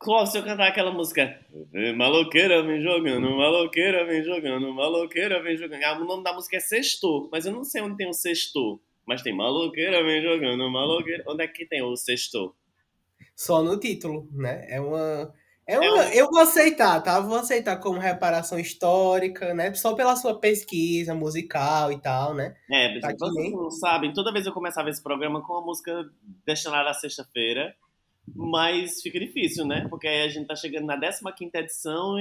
Qual se eu cantar aquela música? Maloqueira vem jogando, maloqueira vem jogando, maloqueira vem jogando. Ah, o nome da música é Sextou, mas eu não sei onde tem o Sextou. Mas tem maloqueira vem jogando, maloqueira. Onde é que tem o Sextou? Só no título, né? É um. eu vou aceitar, tá? Vou aceitar como reparação histórica, né? Só pela sua pesquisa musical e tal, né? É, Tá que vocês nem. não sabem, toda vez eu começava esse programa com a música destinada à sexta-feira, mas fica difícil, né? Porque aí a gente tá chegando na 15ª edição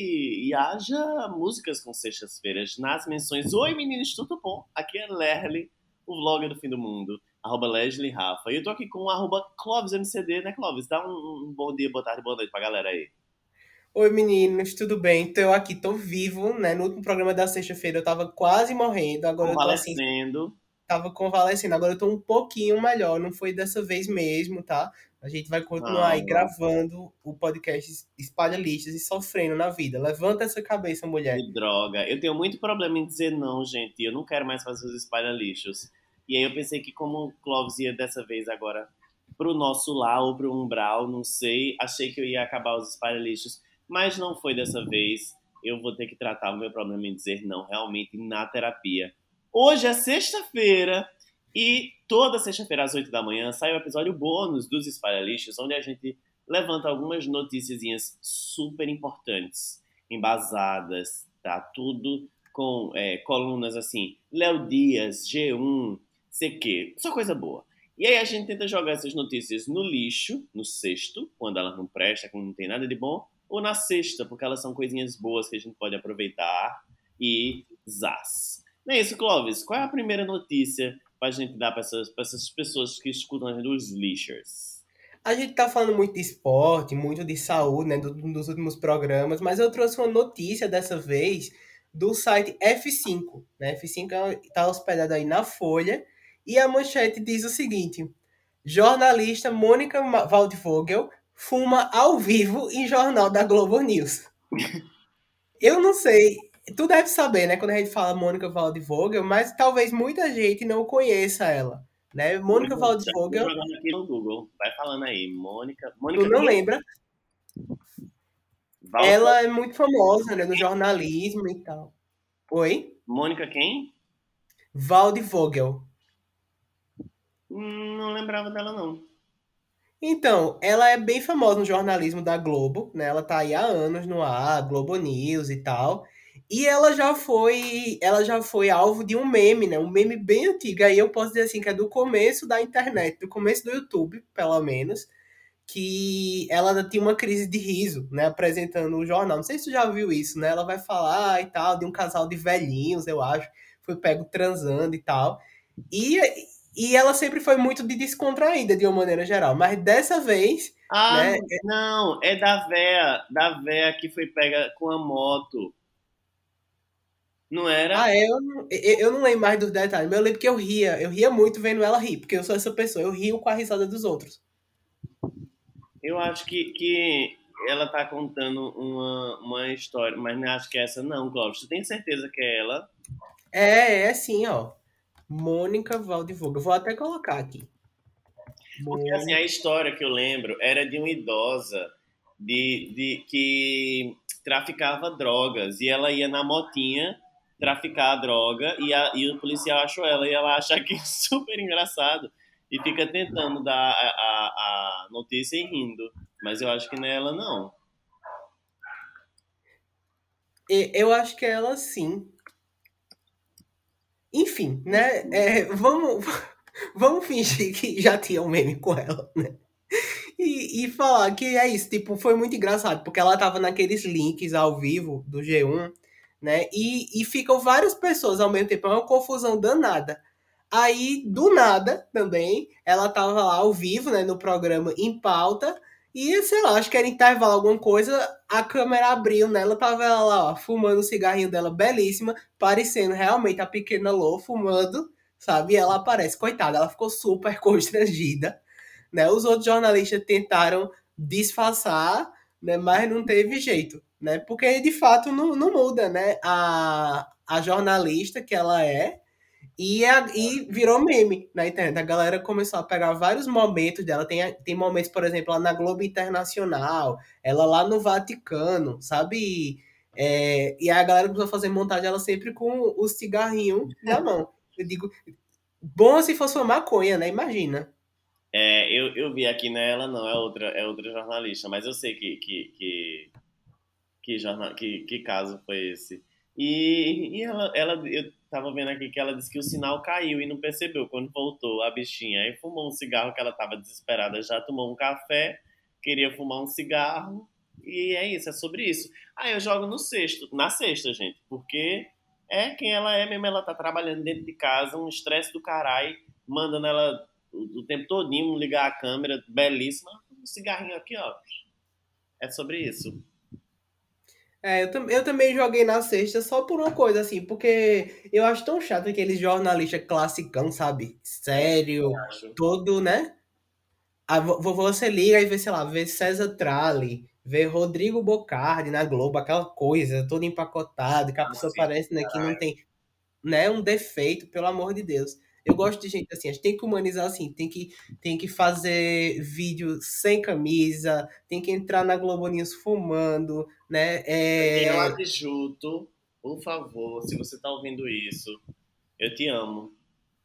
e haja músicas com sextas-feiras nas menções. Oi, meninos, tudo bom? Aqui é Lerly, o vlogger do fim do mundo, @Leslie Rafa. E eu tô aqui com @ClovisMCD, né, Clovis? Dá um bom dia, boa tarde, boa noite pra galera aí. Oi, meninos, tudo bem? Tô aqui, tô vivo, né? No último programa da sexta-feira eu tava quase morrendo, agora eu tô assim, Convalescendo. tava convalescendo, agora eu tô um pouquinho melhor, não foi dessa vez mesmo, tá? A gente vai continuar aí Ah, gravando o podcast Espalha Listas e sofrendo na vida. Levanta essa cabeça, mulher. que droga. Eu tenho muito problema em dizer não, gente. Eu não quero mais fazer os espalha-lixos. E aí eu pensei que como o Clóvis ia dessa vez agora pro nosso lar ou pro umbral, não sei. Achei que eu ia acabar os espalha-lixos, mas não foi dessa vez. Eu vou ter que tratar o meu problema em dizer não realmente na terapia. Hoje é sexta-feira e toda sexta-feira às 8 da manhã sai o episódio bônus dos espalha-lixos, onde a gente levanta algumas noticiazinhas super importantes, embasadas, tá? Tudo com colunas assim, Léo Dias, G1, sei que, só coisa boa. E aí a gente tenta jogar essas notícias no lixo, no cesto, quando elas não prestam, quando não tem nada de bom, ou na cesta, porque elas são coisinhas boas que a gente pode aproveitar e zás. Não é isso, Clóvis? Qual é a primeira notícia pra gente dar pra essas pessoas que escutam a gente, os lixers? A gente tá falando muito de esporte, muito de saúde, né, dos últimos programas, mas eu trouxe uma notícia dessa vez do site F5, né? F5 está hospedado aí na Folha e a manchete diz o seguinte: jornalista Mônica Waldvogel fuma ao vivo em jornal da Globo News. Eu não sei, tu deve saber, né, quando a gente fala Mônica Waldvogel, mas talvez muita gente não conheça ela, né? Mônica Mônica, já tô Waldvogel, jogando aqui no Google. Vai falando aí. Mônica. tu Mônica não quem? lembra? Walter. Ela é muito famosa, né, no jornalismo e tal. Oi? Mônica quem? Valde Vogel. Não lembrava dela, não. Então, ela é bem famosa no jornalismo da Globo, né? Ela tá aí há anos no ar, Globo News e tal. E ela já foi alvo de um meme, né? Um meme bem antigo. Aí eu posso dizer assim que é do começo da internet, do começo do YouTube, pelo menos, que ela tinha uma crise de riso, né, apresentando o jornal. Não sei se tu já viu isso, né? Ela vai falar e tal de um casal de velhinhos, eu acho, foi pego transando e tal. E, e ela sempre foi muito de descontraída de uma maneira geral, mas dessa vez, Ah, né? não. É da véia que foi pega com a moto. Não era? Eu não lembro mais dos detalhes, mas eu lembro que eu ria muito vendo ela rir, porque eu sou essa pessoa, eu rio com a risada dos outros. Eu acho que ela tá contando uma história, mas não acho que é essa, não, Cláudio. Tu tem certeza que é ela? É sim, ó. Mônica Valdivoga. Eu vou até colocar aqui. Porque assim, a Mônica. história que eu lembro era de uma idosa que traficava drogas e ela ia na motinha traficar a droga e o policial achou ela e ela acha aquilo super engraçado e fica tentando dar a notícia e rindo. Mas eu acho que não é ela, não. Eu acho que é ela sim. Enfim, né? Vamos fingir que já tinha um meme com ela, né? E falar que é isso, tipo, foi muito engraçado, porque ela tava naqueles links ao vivo do G1, né? E ficam várias pessoas ao mesmo tempo, é uma confusão danada. Aí, do nada, também, ela tava lá ao vivo, né, no programa Em Pauta, e, sei lá, acho que era intervalo, alguma coisa, a câmera abriu, né, ela tava lá, ó, fumando o cigarrinho dela, belíssima, parecendo realmente a pequena Lô fumando, sabe, e ela aparece, coitada, ela ficou super constrangida, né, os outros jornalistas tentaram disfarçar, né, mas não teve jeito, né, porque, de fato, não muda, né, a jornalista que ela é, E virou meme na internet. A galera começou a pegar vários momentos dela. Tem momentos, por exemplo, lá na Globo Internacional, ela lá no Vaticano, sabe? E a galera começou a fazer montagem ela sempre com o cigarrinho na mão. Eu digo, bom se fosse uma maconha, né? Imagina. Eu vi aqui, né? Ela não, é outra jornalista, mas eu sei que caso foi esse. E eu tava vendo aqui que ela disse que o sinal caiu e não percebeu quando voltou a bichinha. Aí fumou um cigarro que ela tava desesperada, já tomou um café, queria fumar um cigarro, e é isso, é sobre isso. Aí eu jogo no sexto, na sexta, gente, porque é quem ela é mesmo, ela tá trabalhando dentro de casa, um estresse do caralho, mandando ela o tempo todinho ligar a câmera, belíssima, um cigarrinho aqui, ó. É sobre isso. Eu também joguei na sexta só por uma coisa, assim, porque eu acho tão chato aqueles jornalistas classicão, sabe? É, Sério, acho. todo, né? Você liga e vê, sei lá, vê César Tralli, vê Rodrigo Bocardi na Globo, aquela coisa toda empacotada, que a pessoa parece, né, que não tem, né, um defeito, pelo amor de Deus. Eu gosto de gente assim, a gente tem que humanizar assim, tem que fazer vídeo sem camisa, tem que entrar na Globo News fumando, né? Daniel Adjuto, por favor, se você tá ouvindo isso, eu te amo.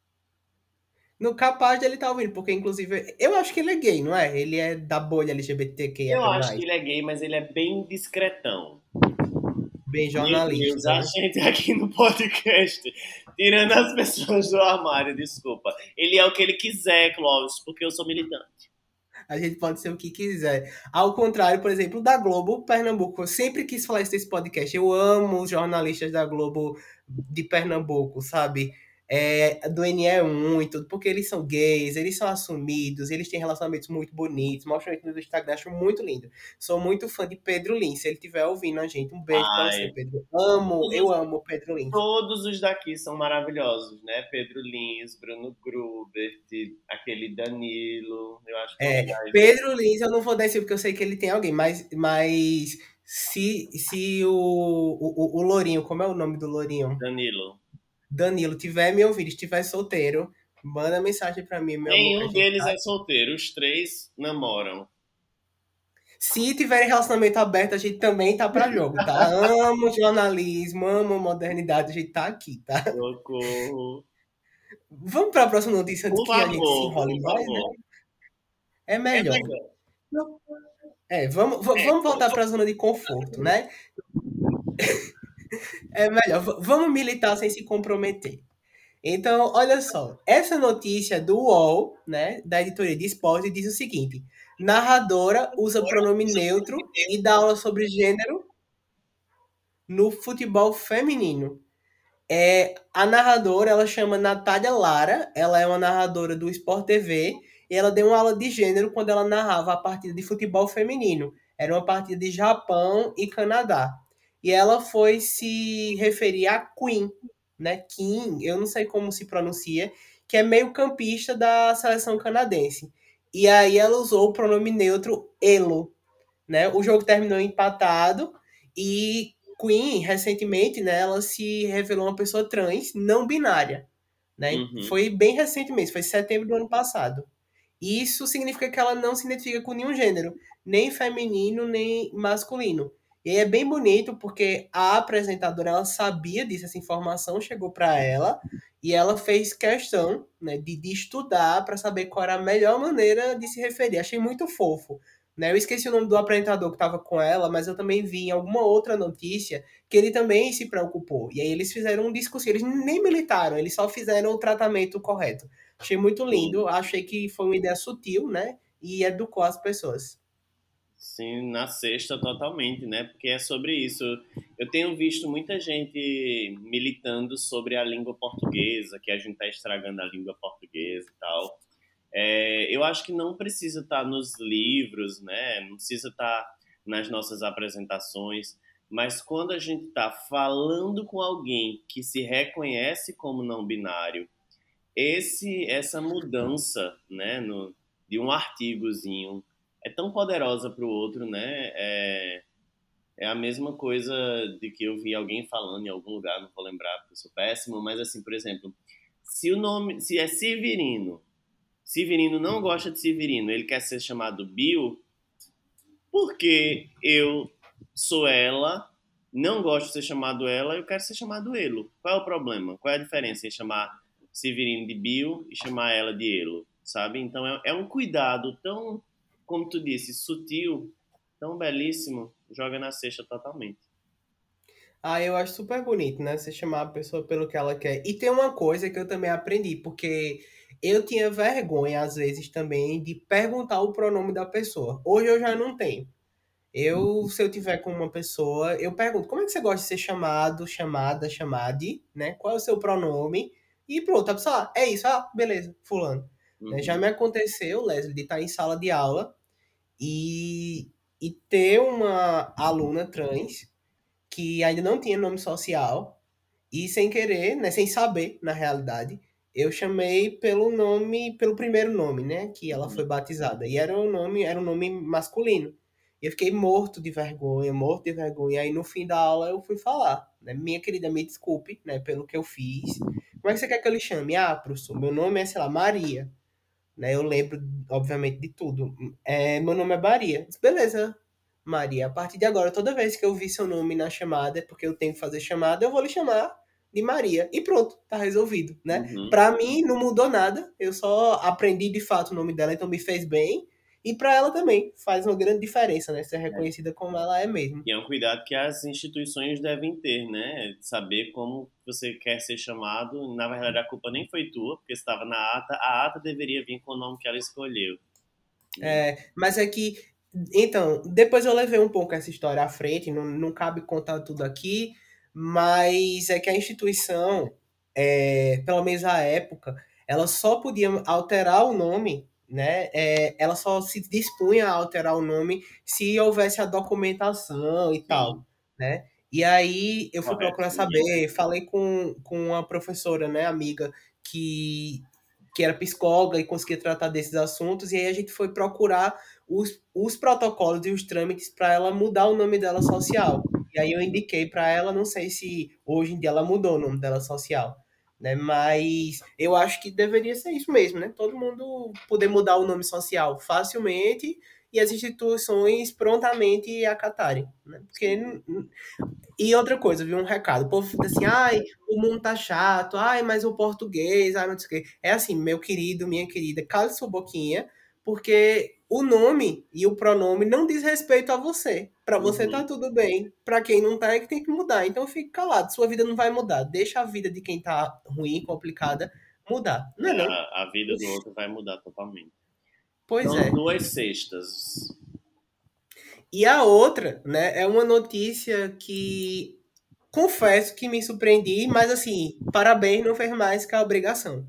No capaz dele tá ouvindo, porque inclusive eu acho que ele é gay, não é? Ele é da bolha Eu acho LGBTQIA+, que ele é gay, mas ele é bem discretão. bem Meu Deus, jornalista, a né? gente aqui no podcast, tirando as pessoas do armário, desculpa. Ele é o que ele quiser, Clóvis, porque eu sou militante. A gente pode ser o que quiser. Ao contrário, por exemplo, da Globo Pernambuco. Eu sempre quis falar isso nesse podcast. Eu amo os jornalistas da Globo de Pernambuco, sabe? Do NE1 e tudo, porque eles são gays, eles são assumidos, eles têm relacionamentos muito bonitos. Mostram isso no Instagram, acho muito lindo. Sou muito fã de Pedro Lins. Se ele estiver ouvindo a gente, um beijo pra você, Ai, Pedro. Eu todos, amo o Pedro Lins. todos os daqui são maravilhosos, né? Pedro Lins, Bruno Grubert, aquele Danilo, eu acho que são legais. Pedro Lins, eu não vou descer porque eu sei que ele tem alguém, mas se o Lourinho, como é o nome do Lourinho? Danilo. Danilo, tiver me ouvindo, estiver solteiro, manda mensagem pra mim, meu amor, que a Nenhum gente deles tá. é solteiro, os três namoram. Se tiver relacionamento aberto, a gente também tá pra jogo, tá? Amo jornalismo, amo modernidade, a gente tá aqui, tá? Socorro. Vamos pra próxima notícia antes que a gente se Por enrole mais, né? favor. É É melhor. melhor. Vamos voltar pra zona de conforto, né? É melhor. Vamos militar sem se comprometer. Então, olha só, essa notícia do UOL, né, da editoria de esporte, diz o seguinte: narradora usa pronome neutro e dá aula sobre gênero no futebol feminino. A narradora, ela chama Natália Lara, ela é uma narradora do Sport TV, e ela deu uma aula de gênero quando ela narrava a partida de futebol feminino. Era uma partida de Japão e Canadá. E ela foi se referir a Queen, né? Kim, eu não sei como se pronuncia, que é meio campista da seleção canadense. E aí ela usou o pronome neutro elo, né? O jogo terminou empatado e Queen, recentemente, né, ela se revelou uma pessoa trans não binária, né? Uhum. Foi bem recentemente, foi em setembro do ano passado. Isso significa que ela não se identifica com nenhum gênero, nem feminino, nem masculino. E aí é bem bonito porque a apresentadora ela sabia disso, essa informação chegou para ela e ela fez questão, né, de estudar para saber qual era a melhor maneira de se referir. Achei muito fofo. Né? Eu esqueci o nome do apresentador que estava com ela, mas eu também vi em alguma outra notícia que ele também se preocupou. E aí eles fizeram um discurso, eles nem militaram, eles só fizeram o tratamento correto. Achei muito Sim. lindo, achei que foi uma ideia sutil, né? E educou as pessoas. Sim, na sexta totalmente, né? Porque é sobre isso. Eu tenho visto muita gente militando sobre a língua portuguesa, que a gente está estragando a língua portuguesa e tal. Eu acho que não precisa estar nos livros, né? Não precisa estar nas nossas apresentações, mas quando a gente está falando com alguém que se reconhece como não binário, essa mudança, né, de um artigozinho é tão poderosa para o outro, né? É a mesma coisa de que eu vi alguém falando em algum lugar, não vou lembrar porque eu sou péssimo, mas assim, por exemplo, Se o nome, se é Severino, Severino não gosta de Severino, ele quer ser chamado Bill, porque eu sou ela, não gosto de ser chamado ela, eu quero ser chamado Elo. Qual é o problema? Qual é a diferença em chamar Severino de Bill e chamar ela de Elo, sabe? Então é um cuidado tão, como tu disse, sutil, tão belíssimo, joga na cesta totalmente. Ah, eu acho super bonito, né? Você chamar a pessoa pelo que ela quer. E tem uma coisa que eu também aprendi, porque eu tinha vergonha, às vezes, também, de perguntar o pronome da pessoa. Hoje eu já não tenho. Se eu tiver com uma pessoa, eu pergunto, como é que você gosta de ser chamado, chamada, chamade, né? Qual é o seu pronome? E pronto, a pessoa, é isso, beleza, fulano. Né? Já Uhum, me aconteceu, Leslie, de estar em sala de aula e, e ter uma aluna trans que ainda não tinha nome social e sem querer, né, sem saber, na realidade, eu chamei pelo nome, pelo primeiro nome, né, que ela foi uhum. batizada. E era um nome masculino. E eu fiquei morto de vergonha, morto de vergonha. Aí no fim da aula eu fui falar, né, minha querida, me desculpe, né, pelo que eu fiz. Como é que você quer que eu lhe chame? Ah, professor, meu nome é, sei lá, Maria, né? Eu lembro, obviamente, de tudo. Meu nome é Maria. Disse, beleza, Maria. A partir de agora, toda vez que eu vi seu nome na chamada, porque eu tenho que fazer chamada, eu vou lhe chamar de Maria. E pronto, tá resolvido, né? Uhum. Pra mim, não mudou nada. Eu só aprendi de fato o nome dela, então me fez bem. E pra ela também faz uma grande diferença, né? Ser É. reconhecida como ela é mesmo. E é um cuidado que as instituições devem ter, né? De saber como você quer ser chamado. Na verdade, a culpa nem foi tua, porque estava na ata. A ata deveria vir com o nome que ela escolheu, né? Mas é que, então, depois eu levei um pouco essa história à frente, não cabe contar tudo aqui, mas é que a instituição, pelo menos à época, ela só podia alterar o nome, né? Ela só se dispunha a alterar o nome se houvesse a documentação e tal, Sim, né? E aí eu fui correto. procurar saber, falei com uma professora, né, amiga, que que era psicóloga e conseguia tratar desses assuntos, e aí a gente foi procurar os protocolos e os trâmites para ela mudar o nome dela social. E aí eu indiquei para ela, não sei se hoje em dia ela mudou o nome dela social, né? Mas eu acho que deveria ser isso mesmo, né? Todo mundo poder mudar o nome social facilmente e as instituições prontamente acatarem, né? Porque Sim. e outra coisa, viu? Um recado. O povo fica assim, ai, o mundo tá chato, ai, mas o português, ai, não sei o quê. É assim, meu querido, minha querida, cale sua boquinha, porque o nome e o pronome não diz respeito a você. Pra você tá Uhum. tudo bem. Pra quem não tá, é que tem que mudar. Então fique calado, sua vida não vai mudar. Deixa a vida de quem tá ruim, complicada, mudar. Não é não? A vida do outro vai mudar totalmente. Pois Então, é. 2 sextas. E a outra, né, é uma notícia que confesso que me surpreendi, mas assim, parabéns, não fez mais que a obrigação.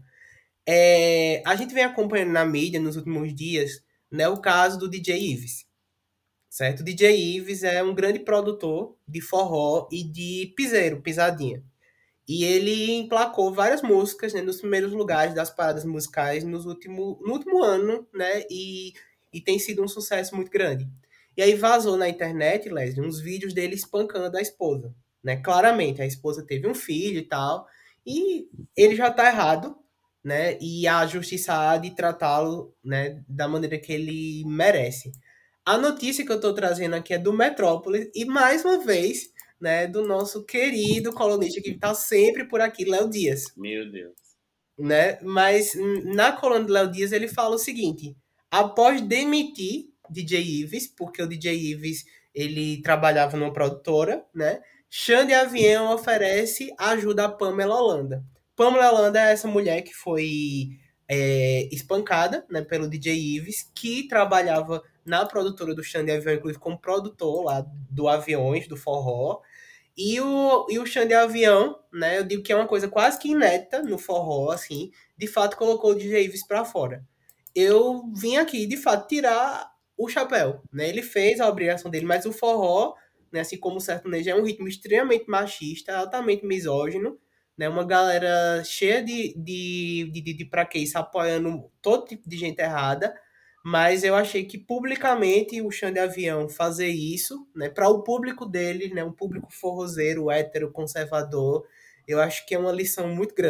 A gente vem acompanhando na mídia nos últimos dias, né, o caso do DJ Ives, certo? O DJ Ives é um grande produtor de forró e de piseiro, pisadinha. E ele emplacou várias músicas, né, nos primeiros lugares das paradas musicais no último ano, né? E tem sido um sucesso muito grande. E aí vazou na internet, Leslie, uns vídeos dele espancando a esposa. Né? Claramente, a esposa teve um filho e tal. E ele já tá errado, né? E a justiça há de tratá-lo, né, da maneira que ele merece. A notícia que eu tô trazendo aqui é do Metrópolis, e mais uma vez né, do nosso querido colunista que está sempre por aqui, Léo Dias, Meu Deus. né? Mas na coluna do Léo Dias ele fala o seguinte: após demitir DJ Ives, porque o DJ Ives ele trabalhava numa produtora, né? Xande Avião oferece ajuda a Pamela Holanda. Pamela Holanda é essa mulher que foi espancada, né, pelo DJ Ives, que trabalhava na produtora do Xande Avião, inclusive como produtor lá do Aviões, do Forró, e o chão de avião, né? Eu digo que é uma coisa quase que inédita no forró, assim. De fato, colocou o DJ Ives pra fora. Eu vim aqui, de fato, tirar o chapéu, né? Ele fez a obrigação dele, mas o forró, né, assim como o sertanejo, é um ritmo extremamente machista, altamente misógino, né? Uma galera cheia de praqueice apoiando todo tipo de gente errada. Mas eu achei que publicamente o Xande Avião fazer isso, né, para o público dele, né, um público forrozeiro, hétero, conservador, eu acho que é uma lição muito grande,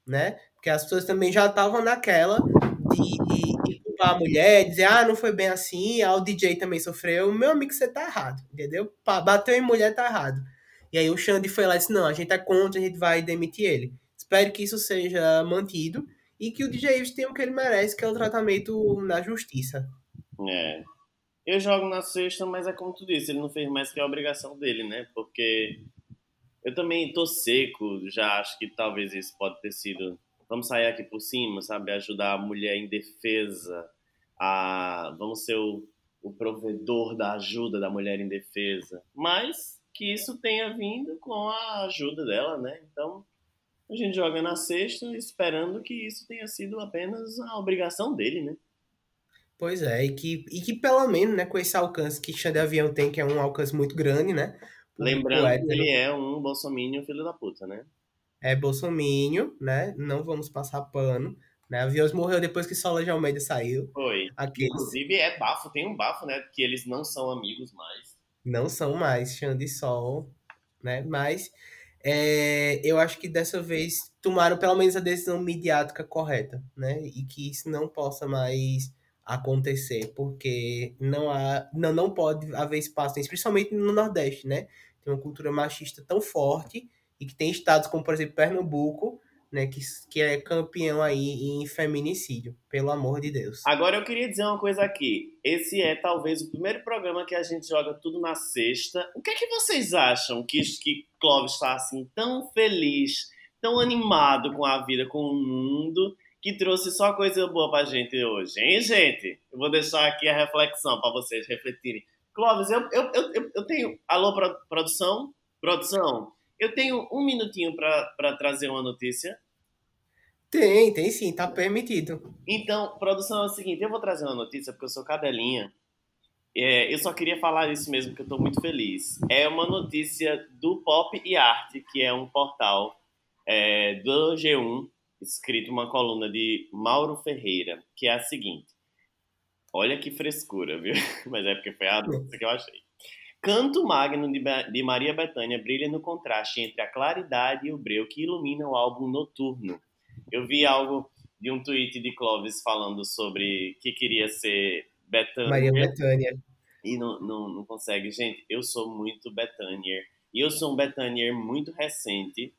né? Porque as pessoas também já estavam naquela de culpar a mulher, dizer, ah, não foi bem assim, ah, o DJ também sofreu. Meu amigo, você tá errado, entendeu? Bateu em mulher, tá errado. E aí o Xande foi lá e disse, não, a gente é contra, a gente vai demitir ele. Espero que isso seja mantido e que o DJ Ives tenha o que ele merece, que é o tratamento na justiça. É. Eu jogo na sexta, mas é como tu disse, ele não fez mais que a obrigação dele, né? Porque eu também tô seco, já acho que talvez isso pode ter sido. Vamos sair aqui por cima, sabe? Ajudar a mulher em defesa, vamos ser o provedor da ajuda da mulher em defesa. Mas que isso tenha vindo com a ajuda dela, né? Então a gente joga na sexta esperando que isso tenha sido apenas a obrigação dele, né? Pois é, e que pelo menos, né, com esse alcance que Xande Avião tem, que é um alcance muito grande, né? Público Lembrando que ele hétero é um bolsominion filho da puta, né? é bolsominion, né? Não vamos passar pano. Né? Aviões morreu depois que Solange de Almeida saiu. Foi. Aqueles Inclusive é bafo, tem um bafo, né? Que eles não são amigos mais. não são mais Xande e Sol, né? Mas eu acho que dessa vez tomaram pelo menos a decisão midiática correta, né? E que isso não possa mais acontecer, porque não pode haver espaço, principalmente no Nordeste, né? Tem uma cultura machista tão forte e que tem estados como, por exemplo, Pernambuco, né? Que é campeão aí em feminicídio, pelo amor de Deus. Agora eu queria dizer uma coisa aqui. Esse é talvez o primeiro programa que a gente joga tudo na sexta. O que é que vocês acham que Clóvis está assim tão feliz, tão animado com a vida, com o mundo, que trouxe só coisa boa pra gente hoje, hein, gente? Eu vou deixar aqui a reflexão para vocês refletirem. Clóvis, eu tenho. Alô, produção? Produção, eu tenho um minutinho para trazer uma notícia. Tem sim, tá permitido. Então, produção, é o seguinte, eu vou trazer uma notícia porque eu sou cadelinha. Eu só queria falar isso mesmo, porque eu estou muito feliz. É uma notícia do Pop e Arte, que é um portal do G1, escrito uma coluna de Mauro Ferreira, que é a seguinte. Olha que frescura, viu? Mas é porque foi a notícia que eu achei. Canto Magno de Maria Bethânia brilha no contraste entre a claridade e o breu que ilumina o álbum Noturno. Eu vi algo de um tweet de Clovis falando sobre que queria ser Maria Bethânia Bethânia. e não consegue. Gente, eu sou muito Bethânia e eu sou um Bethânia muito recente.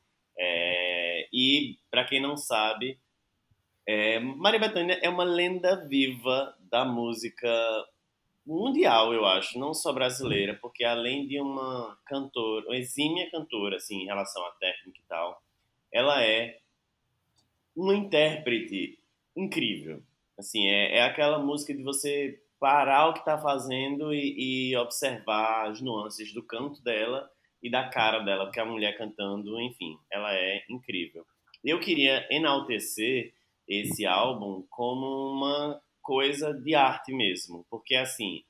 E, para quem não sabe, Maria Bethânia é uma lenda viva da música mundial, eu acho, não só brasileira, porque além de uma cantora, uma exímia cantora, assim, em relação à técnica e tal, ela é uma intérprete incrível. Assim, é aquela música de você parar o que está fazendo e observar as nuances do canto dela e da cara dela, porque a mulher cantando, enfim, ela é incrível. Eu queria enaltecer esse álbum como uma coisa de arte mesmo, porque assim,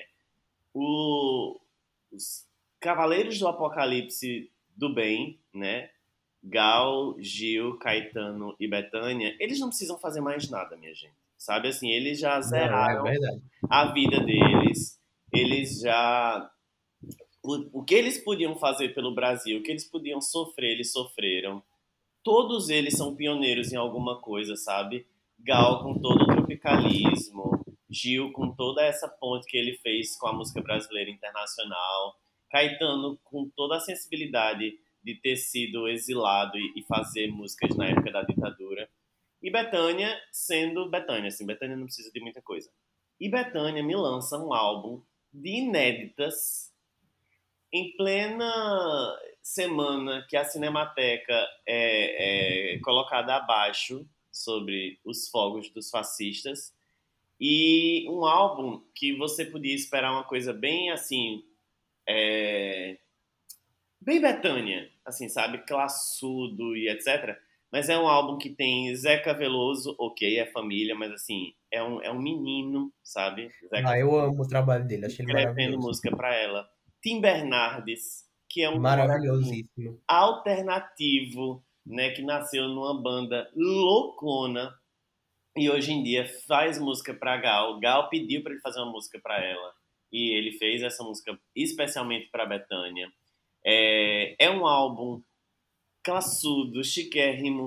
os Cavaleiros do Apocalipse do Bem, né? Gal, Gil, Caetano e Bethânia, eles não precisam fazer mais nada, minha gente. Sabe assim, eles já Não, é zeraram verdade. a vida deles, eles já. O que eles podiam fazer pelo Brasil, o que eles podiam sofrer, eles sofreram. Todos eles são pioneiros em alguma coisa, sabe? Gal com todo o tropicalismo, Gil com toda essa ponte que ele fez com a música brasileira internacional, Caetano com toda a sensibilidade de ter sido exilado e fazer músicas na época da ditadura. E Bethânia sendo Bethânia, assim, Bethânia não precisa de muita coisa. E Bethânia me lança um álbum de inéditas em plena semana que a Cinemateca é colocada abaixo sobre os fogos dos fascistas e um álbum que você podia esperar uma coisa bem assim, é, bem Betânia, assim, sabe? Classudo e etc. Mas é um álbum que tem Zeca Veloso, ok, é família, mas assim, é um menino, sabe? Zeca Ah, eu amo o trabalho dele, achei ele escrevendo maravilhoso. música para ela. Tim Bernardes, que é um cara assim, Maravilhosíssimo. alternativo, né, que nasceu numa banda loucona e hoje em dia faz música para Gal. Gal pediu para ele fazer uma música para ela e ele fez essa música especialmente para Bethânia. É um álbum classudo, chiquérrimo,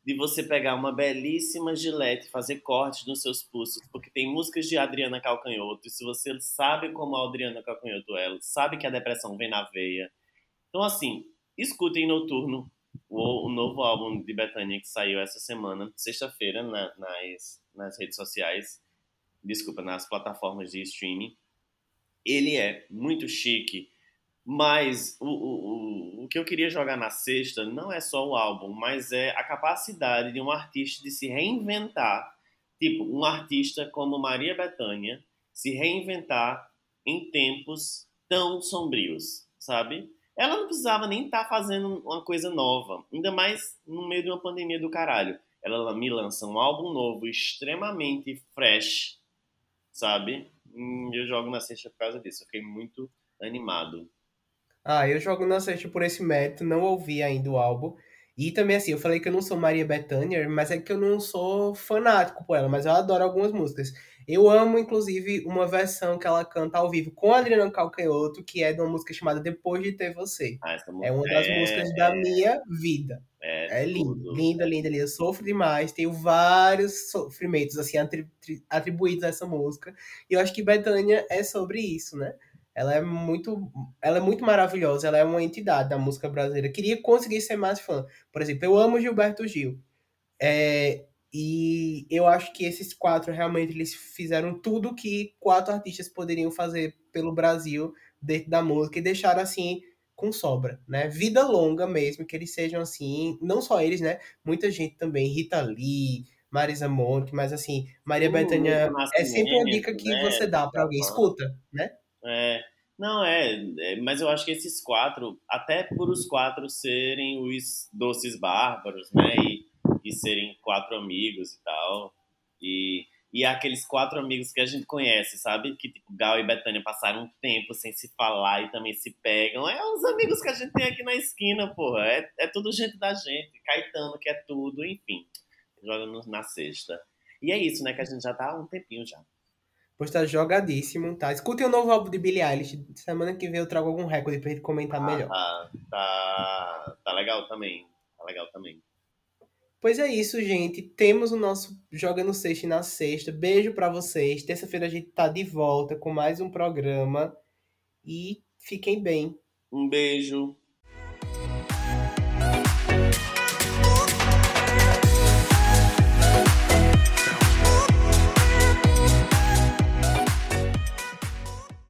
de você pegar uma belíssima Gillette e fazer cortes nos seus pulsos, porque tem músicas de Adriana Calcanhoto, e se você sabe como a Adriana Calcanhoto é, sabe que a depressão vem na veia. Então, assim, escutem Noturno, o novo álbum de Bethânia que saiu essa semana, sexta-feira, nas redes sociais, desculpa, nas plataformas de streaming. Ele é muito chique, mas o que eu queria jogar na sexta não é só o álbum, mas é a capacidade de um artista de se reinventar. Tipo, um artista como Maria Bethânia se reinventar em tempos tão sombrios, sabe? Ela não precisava nem estar fazendo uma coisa nova, ainda mais no meio de uma pandemia do caralho. Ela me lança um álbum novo, extremamente fresh, sabe? Eu jogo na sexta por causa disso. Eu fiquei muito animado. Ah, eu jogo na sexta por esse mérito, não ouvi ainda o álbum. E também, assim, eu falei que eu não sou Maria Bethânia, mas é que eu não sou fanático por ela, mas eu adoro algumas músicas. Eu amo, inclusive, uma versão que ela canta ao vivo com a Adriana Calcanhoto, que é de uma música chamada Depois de Ter Você. Ah, essa É música uma das músicas da minha vida. é É linda, tudo. linda, linda, linda. Eu sofro demais, tenho vários sofrimentos, assim, atribuídos a essa música. E eu acho que Bethânia é sobre isso, né? Ela é muito, ela é muito maravilhosa, ela é uma entidade da música brasileira. Queria conseguir ser mais fã. Por exemplo, eu amo Gilberto Gil. E eu acho que esses quatro realmente eles fizeram tudo que quatro artistas poderiam fazer pelo Brasil dentro da música e deixaram assim com sobra, né? Vida longa mesmo, que eles sejam assim, não só eles, né? Muita gente também, Rita Lee, Marisa Monte, mas assim, Maria Sim, Bethânia Milton é sempre uma dica Nascimento, que né? você dá para alguém, Djavan. escuta, né? É, não, mas eu acho que esses quatro, até por os quatro serem os doces bárbaros, né? E serem quatro amigos e tal. E aqueles quatro amigos que a gente conhece, sabe? Que tipo, Gal e Bethânia passaram um tempo sem se falar e também se pegam. É os amigos que a gente tem aqui na esquina, porra. É tudo gente da gente. Caetano, que é tudo, enfim. Joga na sexta. E é isso, né? Que a gente já tá há um tempinho já. Pois tá jogadíssimo, tá? Escutem o novo álbum de Billie Eilish. Semana que vem eu trago algum recorde pra gente comentar Ah, melhor. tá legal também. Tá legal também. Pois é isso, gente. Temos o nosso Joga no Sexta e na Sexta. Beijo pra vocês. Terça-feira a gente tá de volta com mais um programa. E fiquem bem. Um beijo.